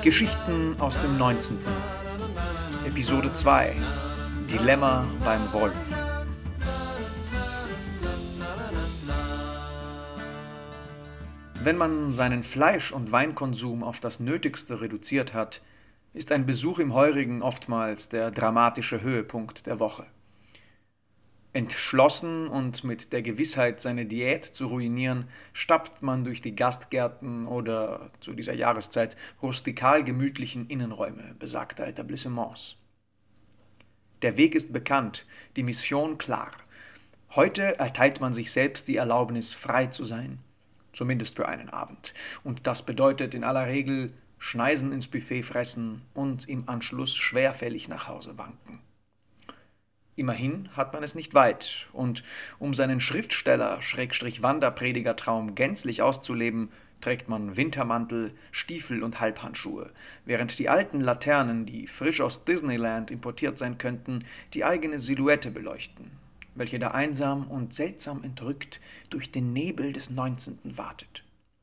Geschichten aus dem 19. Episode 2 Dilemma beim Wolf. Wenn man seinen Fleisch- und Weinkonsum auf das Nötigste reduziert hat, ist ein Besuch im Heurigen oftmals der dramatische Höhepunkt der Woche. Entschlossen und mit der Gewissheit, seine Diät zu ruinieren, stapft man durch die Gastgärten oder zu dieser Jahreszeit rustikal gemütlichen Innenräume besagter Etablissements. Der Weg ist bekannt, die Mission klar. Heute erteilt man sich selbst die Erlaubnis, frei zu sein, zumindest für einen Abend. Und das bedeutet in aller Regel Schneisen ins Buffet fressen und im Anschluss schwerfällig nach Hause wanken. Immerhin hat man es nicht weit, und um seinen Schriftsteller-Wanderpredigertraum gänzlich auszuleben, trägt man Wintermantel, Stiefel und Halbhandschuhe, während die alten Laternen, die frisch aus Disneyland importiert sein könnten, die eigene Silhouette beleuchten, welche da einsam und seltsam entrückt durch den Nebel des 19. wartet.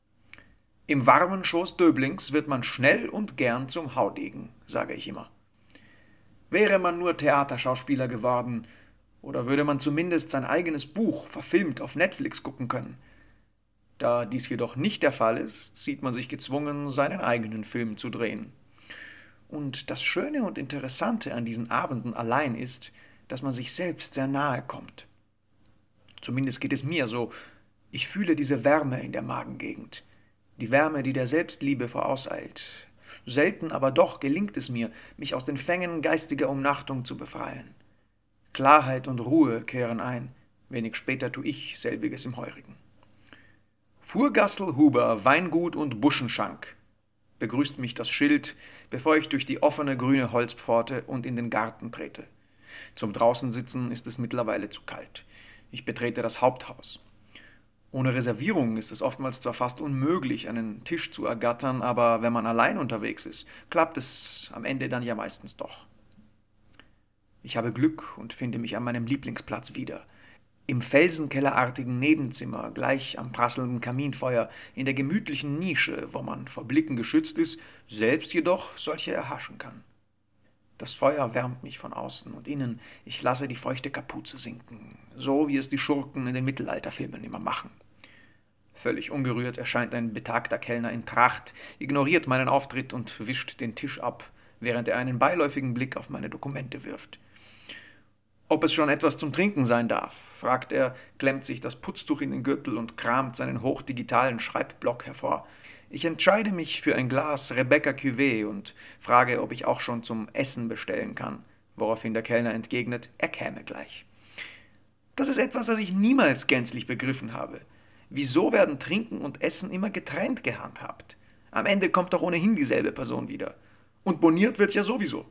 Im warmen Schoß Döblings wird man schnell und gern zum Haudegen, sage ich immer. Wäre man nur Theaterschauspieler geworden, oder würde man zumindest sein eigenes Buch verfilmt auf Netflix gucken können. Da dies jedoch nicht der Fall ist, sieht man sich gezwungen, seinen eigenen Film zu drehen. Und das Schöne und Interessante an diesen Abenden allein ist, dass man sich selbst sehr nahe kommt. Zumindest geht es mir so. Ich fühle diese Wärme in der Magengegend. Die Wärme, die der Selbstliebe vorauseilt. Selten aber doch gelingt es mir, mich aus den Fängen geistiger Umnachtung zu befreien. Klarheit und Ruhe kehren ein, wenig später tue ich selbiges im Heurigen. Furgassel Huber, Weingut und Buschenschank, begrüßt mich das Schild, bevor ich durch die offene grüne Holzpforte und in den Garten trete. Zum Draußensitzen ist es mittlerweile zu kalt. Ich betrete das Haupthaus. Ohne Reservierung ist es oftmals zwar fast unmöglich, einen Tisch zu ergattern, aber wenn man allein unterwegs ist, klappt es am Ende dann ja meistens doch. Ich habe Glück und finde mich an meinem Lieblingsplatz wieder. Im felsenkellerartigen Nebenzimmer, gleich am prasselnden Kaminfeuer, in der gemütlichen Nische, wo man vor Blicken geschützt ist, selbst jedoch solche erhaschen kann. Das Feuer wärmt mich von außen und innen, ich lasse die feuchte Kapuze sinken, so wie es die Schurken in den Mittelalterfilmen immer machen. Völlig ungerührt erscheint ein betagter Kellner in Tracht, ignoriert meinen Auftritt und wischt den Tisch ab, während er einen beiläufigen Blick auf meine Dokumente wirft. Ob es schon etwas zum Trinken sein darf, fragt er, klemmt sich das Putztuch in den Gürtel und kramt seinen hochdigitalen Schreibblock hervor. Ich entscheide mich für ein Glas Rebecca Cuvée und frage, ob ich auch schon zum Essen bestellen kann, woraufhin der Kellner entgegnet, er käme gleich. Das ist etwas, das ich niemals gänzlich begriffen habe. Wieso werden Trinken und Essen immer getrennt gehandhabt? Am Ende kommt doch ohnehin dieselbe Person wieder. Und boniert wird ja sowieso.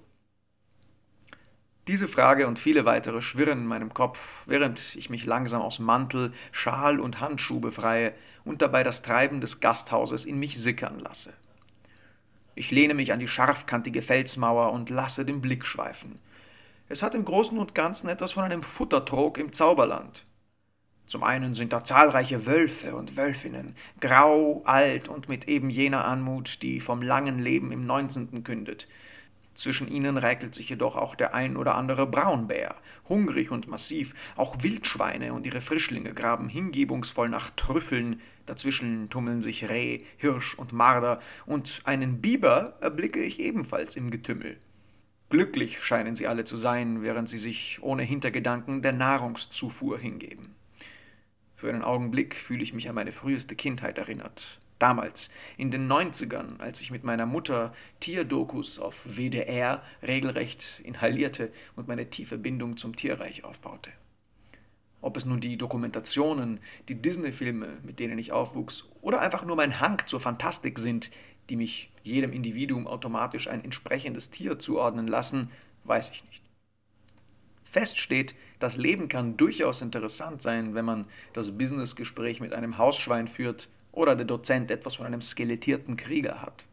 Diese Frage und viele weitere schwirren in meinem Kopf, während ich mich langsam aus Mantel, Schal und Handschuh befreie und dabei das Treiben des Gasthauses in mich sickern lasse. Ich lehne mich an die scharfkantige Felsmauer und lasse den Blick schweifen. Es hat im Großen und Ganzen etwas von einem Futtertrog im Zauberland. Zum einen sind da zahlreiche Wölfe und Wölfinnen, grau, alt und mit eben jener Anmut, die vom langen Leben im 19. kündet. Zwischen ihnen räkelt sich jedoch auch der ein oder andere Braunbär, hungrig und massiv, auch Wildschweine und ihre Frischlinge graben hingebungsvoll nach Trüffeln, dazwischen tummeln sich Reh, Hirsch und Marder, und einen Biber erblicke ich ebenfalls im Getümmel. Glücklich scheinen sie alle zu sein, während sie sich ohne Hintergedanken der Nahrungszufuhr hingeben. Für einen Augenblick fühle ich mich an meine früheste Kindheit erinnert. Damals, in den 90ern, als ich mit meiner Mutter Tierdokus auf WDR regelrecht inhalierte und meine tiefe Bindung zum Tierreich aufbaute. Ob es nun die Dokumentationen, die Disney-Filme, mit denen ich aufwuchs, oder einfach nur mein Hang zur Fantastik sind, die mich jedem Individuum automatisch ein entsprechendes Tier zuordnen lassen, weiß ich nicht. Fest steht, das Leben kann durchaus interessant sein, wenn man das Businessgespräch mit einem Hausschwein führt oder der Dozent etwas von einem skelettierten Krieger hat.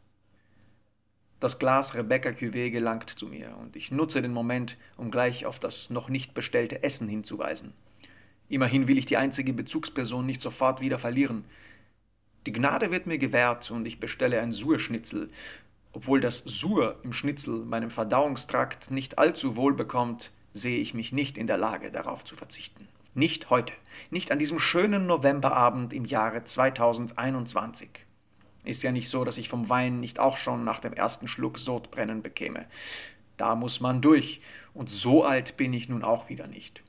Das Glas Rebecca Cuvée gelangt zu mir und ich nutze den Moment, um gleich auf das noch nicht bestellte Essen hinzuweisen. Immerhin will ich die einzige Bezugsperson nicht sofort wieder verlieren. Die Gnade wird mir gewährt und ich bestelle ein Surschnitzel. Obwohl das Sur im Schnitzel meinem Verdauungstrakt nicht allzu wohl bekommt, sehe ich mich nicht in der Lage, darauf zu verzichten. Nicht heute, nicht an diesem schönen Novemberabend im Jahre 2021. Ist ja nicht so, dass ich vom Wein nicht auch schon nach dem ersten Schluck Sodbrennen bekäme. Da muss man durch, und so alt bin ich nun auch wieder nicht.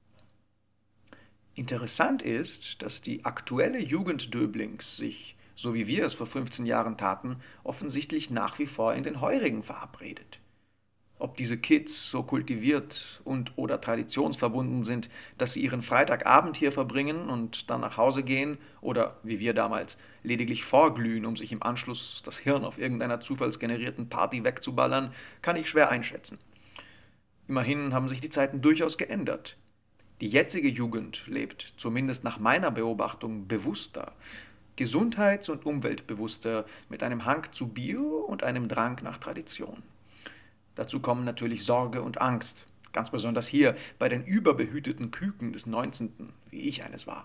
Interessant ist, dass die aktuelle Jugend Döblings sich, so wie wir es vor 15 Jahren taten, offensichtlich nach wie vor in den Heurigen verabredet. Ob diese Kids so kultiviert und oder traditionsverbunden sind, dass sie ihren Freitagabend hier verbringen und dann nach Hause gehen oder, wie wir damals, lediglich vorglühen, um sich im Anschluss das Hirn auf irgendeiner zufallsgenerierten Party wegzuballern, kann ich schwer einschätzen. Immerhin haben sich die Zeiten durchaus geändert. Die jetzige Jugend lebt, zumindest nach meiner Beobachtung, bewusster, gesundheits- und umweltbewusster, mit einem Hang zu Bio und einem Drang nach Tradition. Dazu kommen natürlich Sorge und Angst, ganz besonders hier bei den überbehüteten Küken des 19., wie ich eines war.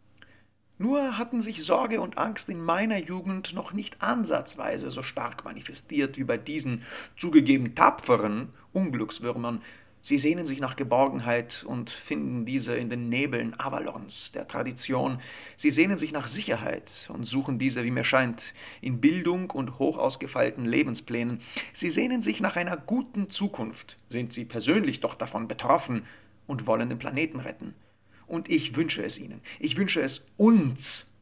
Nur hatten sich Sorge und Angst in meiner Jugend noch nicht ansatzweise so stark manifestiert wie bei diesen zugegeben tapferen Unglückswürmern. Sie sehnen sich nach Geborgenheit und finden diese in den Nebeln Avalons, der Tradition. Sie sehnen sich nach Sicherheit und suchen diese, wie mir scheint, in Bildung und hoch ausgefeilten Lebensplänen. Sie sehnen sich nach einer guten Zukunft, sind sie persönlich doch davon betroffen und wollen den Planeten retten. Und ich wünsche es ihnen. Ich wünsche es uns.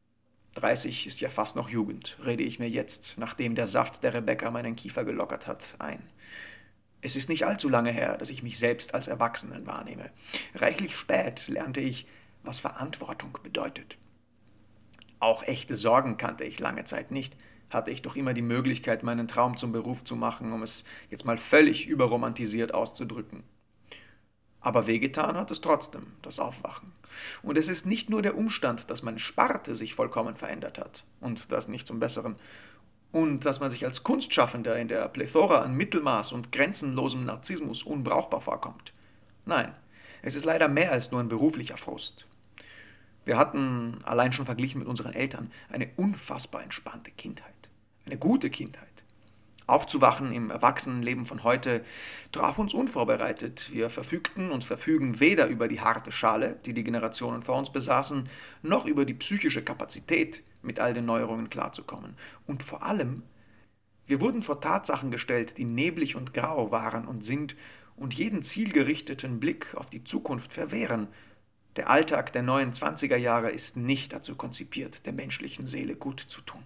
30 ist ja fast noch Jugend, rede ich mir jetzt, nachdem der Saft der Rebecca meinen Kiefer gelockert hat, ein. Es ist nicht allzu lange her, dass ich mich selbst als Erwachsenen wahrnehme. Reichlich spät lernte ich, was Verantwortung bedeutet. Auch echte Sorgen kannte ich lange Zeit nicht, hatte ich doch immer die Möglichkeit, meinen Traum zum Beruf zu machen, um es jetzt mal völlig überromantisiert auszudrücken. Aber wehgetan hat es trotzdem, das Aufwachen. Und es ist nicht nur der Umstand, dass meine Sparte sich vollkommen verändert hat, und das nicht zum Besseren, und dass man sich als Kunstschaffender in der Plethora an Mittelmaß und grenzenlosem Narzissmus unbrauchbar vorkommt. Nein, es ist leider mehr als nur ein beruflicher Frust. Wir hatten, allein schon verglichen mit unseren Eltern, eine unfassbar entspannte Kindheit. Eine gute Kindheit. Aufzuwachen im Erwachsenenleben von heute traf uns unvorbereitet. Wir verfügten und verfügen weder über die harte Schale, die die Generationen vor uns besaßen, noch über die psychische Kapazität, mit all den Neuerungen klarzukommen. Und vor allem, wir wurden vor Tatsachen gestellt, die neblig und grau waren und sind und jeden zielgerichteten Blick auf die Zukunft verwehren. Der Alltag der neuen 20er Jahre ist nicht dazu konzipiert, der menschlichen Seele gut zu tun.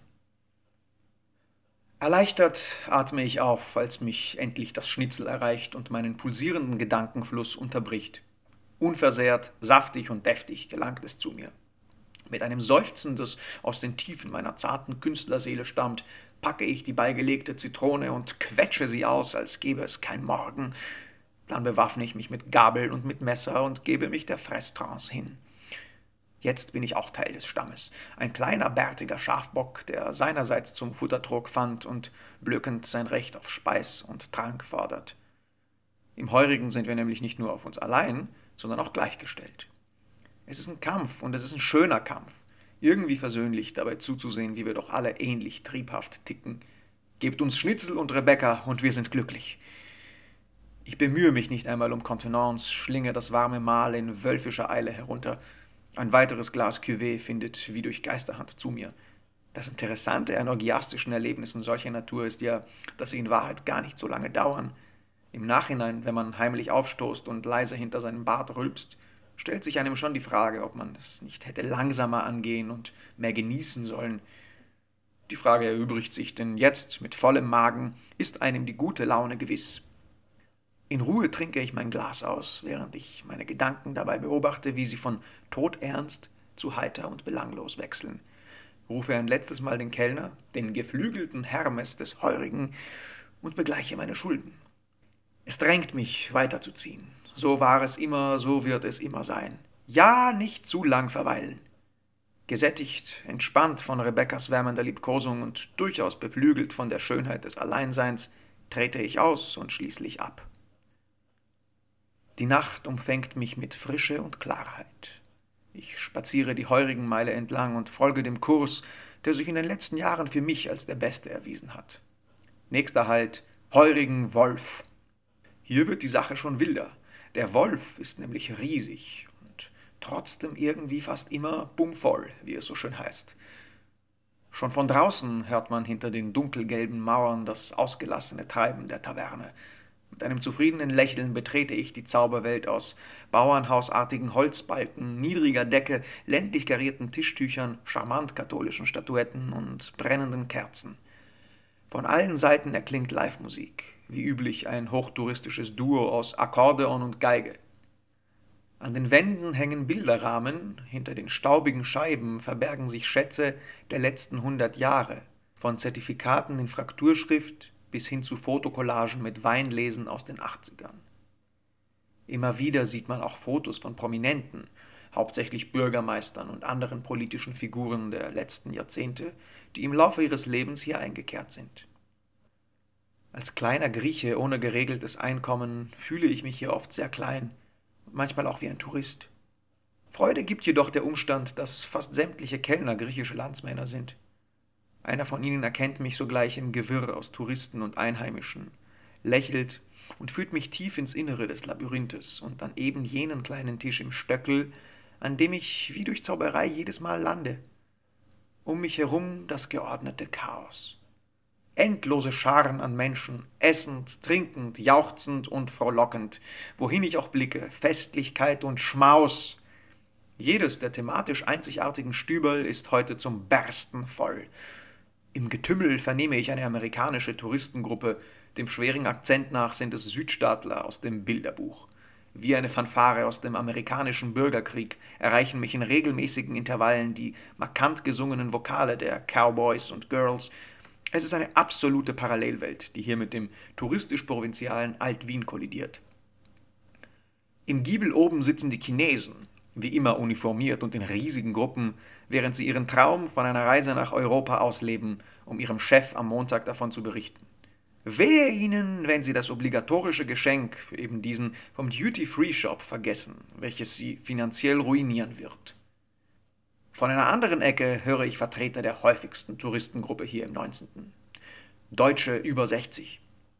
Erleichtert atme ich auf, als mich endlich das Schnitzel erreicht und meinen pulsierenden Gedankenfluss unterbricht. Unversehrt, saftig und deftig gelangt es zu mir. Mit einem Seufzen, das aus den Tiefen meiner zarten Künstlerseele stammt, packe ich die beigelegte Zitrone und quetsche sie aus, als gäbe es kein Morgen. Dann bewaffne ich mich mit Gabel und mit Messer und gebe mich der Fresstrance hin. Jetzt bin ich auch Teil des Stammes. Ein kleiner, bärtiger Schafbock, der seinerseits zum Futtertrog fand und blökend sein Recht auf Speis und Trank fordert. Im Heurigen sind wir nämlich nicht nur auf uns allein, sondern auch gleichgestellt. Es ist ein Kampf und es ist ein schöner Kampf. Irgendwie versöhnlich dabei zuzusehen, wie wir doch alle ähnlich triebhaft ticken. Gebt uns Schnitzel und Rebecca und wir sind glücklich. Ich bemühe mich nicht einmal um Kontenance, schlinge das warme Mahl in wölfischer Eile herunter. Ein weiteres Glas Cuvée findet wie durch Geisterhand zu mir. Das Interessante an orgiastischen Erlebnissen solcher Natur ist ja, dass sie in Wahrheit gar nicht so lange dauern. Im Nachhinein, wenn man heimlich aufstoßt und leise hinter seinem Bart rülpst, stellt sich einem schon die Frage, ob man es nicht hätte langsamer angehen und mehr genießen sollen. Die Frage erübrigt sich, denn jetzt, mit vollem Magen, ist einem die gute Laune gewiss. In Ruhe trinke ich mein Glas aus, während ich meine Gedanken dabei beobachte, wie sie von todernst zu heiter und belanglos wechseln. Rufe ein letztes Mal den Kellner, den geflügelten Hermes des Heurigen, und begleiche meine Schulden. Es drängt mich, weiterzuziehen. So war es immer, so wird es immer sein. Ja, nicht zu lang verweilen. Gesättigt, entspannt von Rebeccas wärmender Liebkosung und durchaus beflügelt von der Schönheit des Alleinseins, trete ich aus und schließlich ab. Die Nacht umfängt mich mit Frische und Klarheit. Ich spaziere die Heurigenmeile entlang und folge dem Kurs, der sich in den letzten Jahren für mich als der beste erwiesen hat. Nächster Halt, Heurigen Wolf. Hier wird die Sache schon wilder. Der Wolf ist nämlich riesig und trotzdem irgendwie fast immer bummvoll, wie es so schön heißt. Schon von draußen hört man hinter den dunkelgelben Mauern das ausgelassene Treiben der Taverne. Mit einem zufriedenen Lächeln betrete ich die Zauberwelt aus bauernhausartigen Holzbalken, niedriger Decke, ländlich karierten Tischtüchern, charmant katholischen Statuetten und brennenden Kerzen. Von allen Seiten erklingt Live-Musik, wie üblich ein hochtouristisches Duo aus Akkordeon und Geige. An den Wänden hängen Bilderrahmen, hinter den staubigen Scheiben verbergen sich Schätze der letzten 100 Jahre, von Zertifikaten in Frakturschrift bis hin zu Fotokollagen mit Weinlesen aus den 80ern. Immer wieder sieht man auch Fotos von Prominenten, hauptsächlich Bürgermeistern und anderen politischen Figuren der letzten Jahrzehnte, die im Laufe ihres Lebens hier eingekehrt sind. Als kleiner Grieche ohne geregeltes Einkommen fühle ich mich hier oft sehr klein, manchmal auch wie ein Tourist. Freude gibt jedoch der Umstand, dass fast sämtliche Kellner griechische Landsmänner sind. Einer von ihnen erkennt mich sogleich im Gewirr aus Touristen und Einheimischen, lächelt und führt mich tief ins Innere des Labyrinthes und an eben jenen kleinen Tisch im Stöckel, an dem ich wie durch Zauberei jedes Mal lande. Um mich herum das geordnete Chaos. Endlose Scharen an Menschen, essend, trinkend, jauchzend und frohlockend, wohin ich auch blicke, Festlichkeit und Schmaus. Jedes der thematisch einzigartigen Stüberl ist heute zum Bersten voll. Im Getümmel vernehme ich eine amerikanische Touristengruppe, dem schweren Akzent nach sind es Südstaatler aus dem Bilderbuch. Wie eine Fanfare aus dem amerikanischen Bürgerkrieg erreichen mich in regelmäßigen Intervallen die markant gesungenen Vokale der Cowboys und Girls. Es ist eine absolute Parallelwelt, die hier mit dem touristisch-provinzialen Alt-Wien kollidiert. Im Giebel oben sitzen die Chinesen, wie immer uniformiert und in riesigen Gruppen, während sie ihren Traum von einer Reise nach Europa ausleben, um ihrem Chef am Montag davon zu berichten. Wehe ihnen, wenn sie das obligatorische Geschenk für eben diesen vom Duty-Free-Shop vergessen, welches sie finanziell ruinieren wird. Von einer anderen Ecke höre ich Vertreter der häufigsten Touristengruppe hier im 19. Deutsche über 60.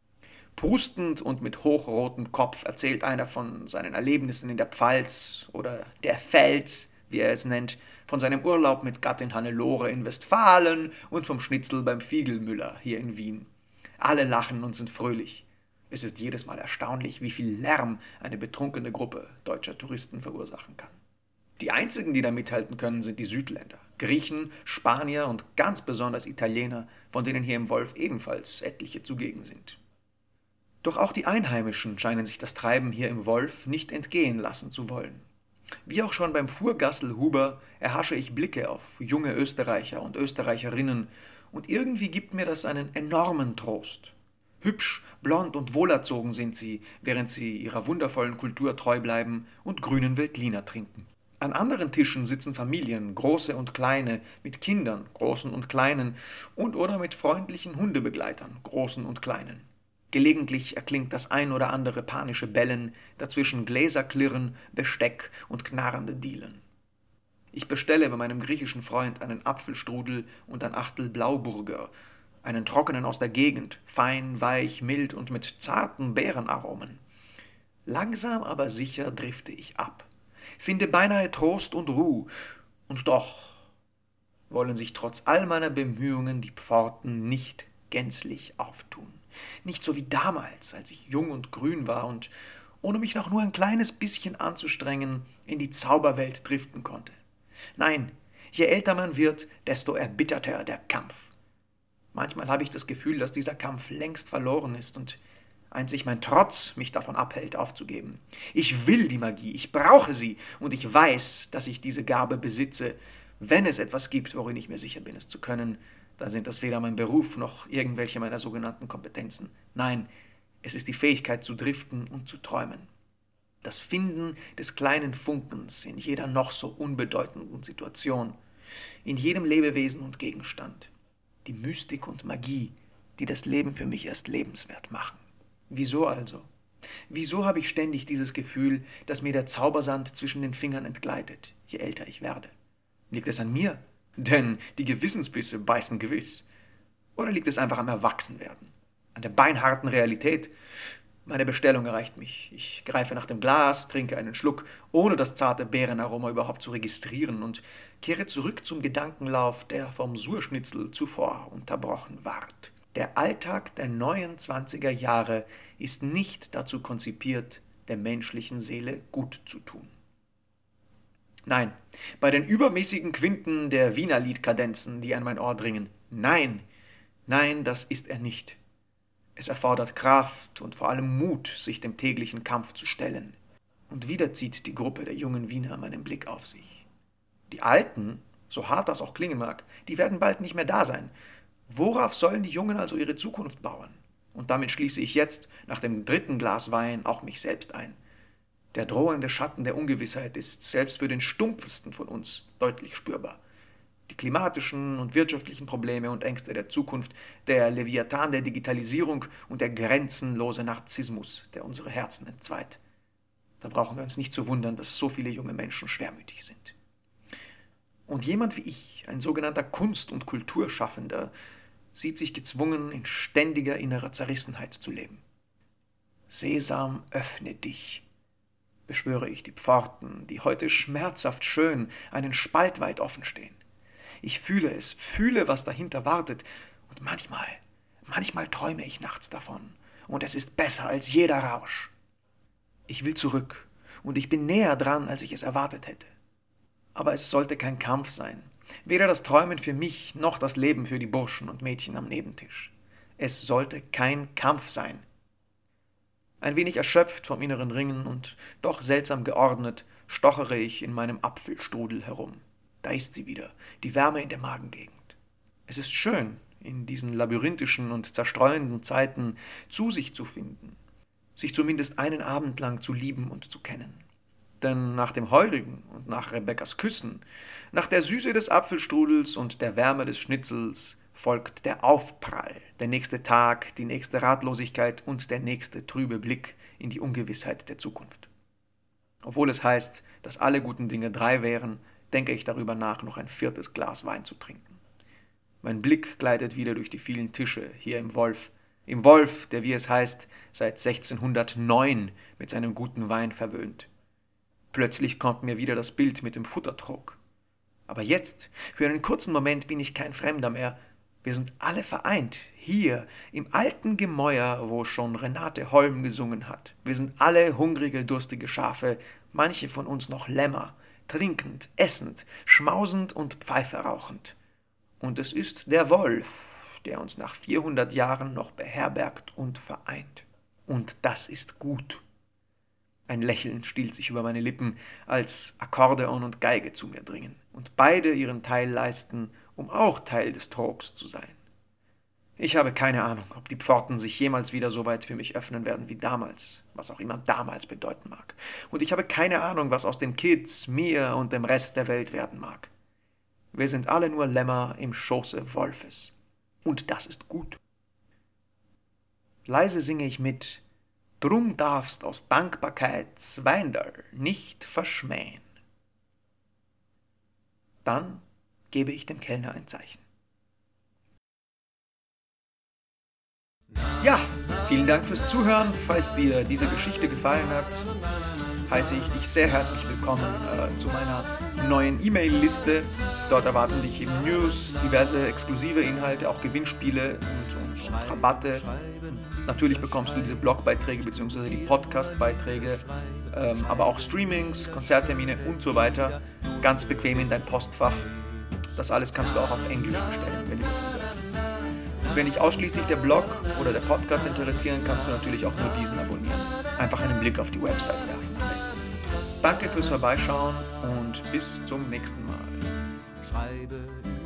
Prustend und mit hochrotem Kopf erzählt einer von seinen Erlebnissen in der Pfalz oder der Pfälz, wie er es nennt, von seinem Urlaub mit Gattin Hannelore in Westfalen und vom Schnitzel beim Fiegelmüller hier in Wien. Alle lachen und sind fröhlich. Es ist jedes Mal erstaunlich, wie viel Lärm eine betrunkene Gruppe deutscher Touristen verursachen kann. Die einzigen, die da mithalten können, sind die Südländer, Griechen, Spanier und ganz besonders Italiener, von denen hier im Wolf ebenfalls etliche zugegen sind. Doch auch die Einheimischen scheinen sich das Treiben hier im Wolf nicht entgehen lassen zu wollen. Wie auch schon beim Fuhrgassel Huber erhasche ich Blicke auf junge Österreicher und Österreicherinnen und irgendwie gibt mir das einen enormen Trost. Hübsch, blond und wohlerzogen sind sie, während sie ihrer wundervollen Kultur treu bleiben und grünen Veltliner trinken. An anderen Tischen sitzen Familien, große und kleine, mit Kindern, großen und kleinen, und oder mit freundlichen Hundebegleitern, großen und kleinen. Gelegentlich erklingt das ein oder andere panische Bellen, dazwischen Gläserklirren, Besteck und knarrende Dielen. Ich bestelle bei meinem griechischen Freund einen Apfelstrudel und ein Achtel Blauburger, einen trockenen aus der Gegend, fein, weich, mild und mit zarten Beerenaromen. Langsam aber sicher drifte ich ab, finde beinahe Trost und Ruh, und doch wollen sich trotz all meiner Bemühungen die Pforten nicht gänzlich auftun. Nicht so wie damals, als ich jung und grün war und, ohne mich noch nur ein kleines bisschen anzustrengen, in die Zauberwelt driften konnte. Nein, je älter man wird, desto erbitterter der Kampf. Manchmal habe ich das Gefühl, dass dieser Kampf längst verloren ist und einzig mein Trotz mich davon abhält, aufzugeben. Ich will die Magie, ich brauche sie und ich weiß, dass ich diese Gabe besitze. Wenn es etwas gibt, worin ich mir sicher bin, es zu können, dann sind das weder mein Beruf noch irgendwelche meiner sogenannten Kompetenzen. Nein, es ist die Fähigkeit zu driften und zu träumen. Das Finden des kleinen Funkens in jeder noch so unbedeutenden Situation, in jedem Lebewesen und Gegenstand. Die Mystik und Magie, die das Leben für mich erst lebenswert machen. Wieso also? Wieso habe ich ständig dieses Gefühl, dass mir der Zaubersand zwischen den Fingern entgleitet, je älter ich werde? Liegt es an mir? Denn die Gewissensbisse beißen gewiss. Oder liegt es einfach am Erwachsenwerden? an der beinharten Realität. Meine Bestellung erreicht mich. Ich greife nach dem Glas, trinke einen Schluck, ohne das zarte Beerenaroma überhaupt zu registrieren und kehre zurück zum Gedankenlauf, der vom Surschnitzel zuvor unterbrochen ward. Der Alltag der neuen 20er Jahre ist nicht dazu konzipiert, der menschlichen Seele gut zu tun. Nein, bei den übermäßigen Quinten der Wienerliedkadenzen, die an mein Ohr dringen, nein, das ist er nicht. Es erfordert Kraft und vor allem Mut, sich dem täglichen Kampf zu stellen. Und wieder zieht die Gruppe der jungen Wiener meinen Blick auf sich. Die Alten, so hart das auch klingen mag, die werden bald nicht mehr da sein. Worauf sollen die Jungen also ihre Zukunft bauen? Und damit schließe ich jetzt, nach dem 3. Glas Wein, auch mich selbst ein. Der drohende Schatten der Ungewissheit ist selbst für den stumpfesten von uns deutlich spürbar. Die klimatischen und wirtschaftlichen Probleme und Ängste der Zukunft, der Leviathan der Digitalisierung und der grenzenlose Narzissmus, der unsere Herzen entzweit. Da brauchen wir uns nicht zu wundern, dass so viele junge Menschen schwermütig sind. Und jemand wie ich, ein sogenannter Kunst- und Kulturschaffender, sieht sich gezwungen, in ständiger innerer Zerrissenheit zu leben. Sesam, öffne dich, beschwöre ich die Pforten, die heute schmerzhaft schön einen Spalt weit offen stehen. Ich fühle es, fühle, was dahinter wartet, und manchmal träume ich nachts davon, und es ist besser als jeder Rausch. Ich will zurück, und ich bin näher dran, als ich es erwartet hätte. Aber es sollte kein Kampf sein, weder das Träumen für mich, noch das Leben für die Burschen und Mädchen am Nebentisch. Es sollte kein Kampf sein. Ein wenig erschöpft vom inneren Ringen und doch seltsam geordnet, stochere ich in meinem Apfelstrudel herum. Da ist sie wieder, die Wärme in der Magengegend. Es ist schön, in diesen labyrinthischen und zerstreuenden Zeiten zu sich zu finden, sich zumindest einen Abend lang zu lieben und zu kennen. Denn nach dem Heurigen und nach Rebekkas Küssen, nach der Süße des Apfelstrudels und der Wärme des Schnitzels folgt der Aufprall, der nächste Tag, die nächste Ratlosigkeit und der nächste trübe Blick in die Ungewissheit der Zukunft. Obwohl es heißt, dass alle guten Dinge 3 wären, denke ich darüber nach, noch ein 4. Glas Wein zu trinken. Mein Blick gleitet wieder durch die vielen Tische hier im Wolf, der, wie es heißt, seit 1609 mit seinem guten Wein verwöhnt. Plötzlich kommt mir wieder das Bild mit dem Futtertrog. Aber jetzt, für einen kurzen Moment, bin ich kein Fremder mehr. Wir sind alle vereint, hier, im alten Gemäuer, wo schon Renate Holm gesungen hat. Wir sind alle hungrige, durstige Schafe, manche von uns noch Lämmer, trinkend, essend, schmausend und Pfeife rauchend. Und es ist der Wolf, der uns nach 400 Jahren noch beherbergt und vereint. Und das ist gut. Ein Lächeln stiehlt sich über meine Lippen, als Akkordeon und Geige zu mir dringen und beide ihren Teil leisten, um auch Teil des Trogs zu sein. Ich habe keine Ahnung, ob die Pforten sich jemals wieder so weit für mich öffnen werden wie damals, was auch immer damals bedeuten mag. Und ich habe keine Ahnung, was aus den Kids, mir und dem Rest der Welt werden mag. Wir sind alle nur Lämmer im Schoße Wolfes. Und das ist gut. Leise singe ich mit: Drum darfst aus Dankbarkeit Zweindl nicht verschmähen. Dann gebe ich dem Kellner ein Zeichen. Ja, vielen Dank fürs Zuhören. Falls dir diese Geschichte gefallen hat, heiße ich dich sehr herzlich willkommen zu meiner neuen E-Mail-Liste. Dort erwarten dich eben News, diverse exklusive Inhalte, auch Gewinnspiele und Rabatte. Natürlich bekommst du diese Blogbeiträge bzw. die Podcast-Beiträge, aber auch Streamings, Konzerttermine und so weiter. Ganz bequem in dein Postfach. Das alles kannst du auch auf Englisch bestellen, wenn du das lieber ist. Und wenn dich ausschließlich der Blog oder der Podcast interessieren, kannst du natürlich auch nur diesen abonnieren. Einfach einen Blick auf die Website werfen am besten. Danke fürs Vorbeischauen und bis zum nächsten Mal. Schreibe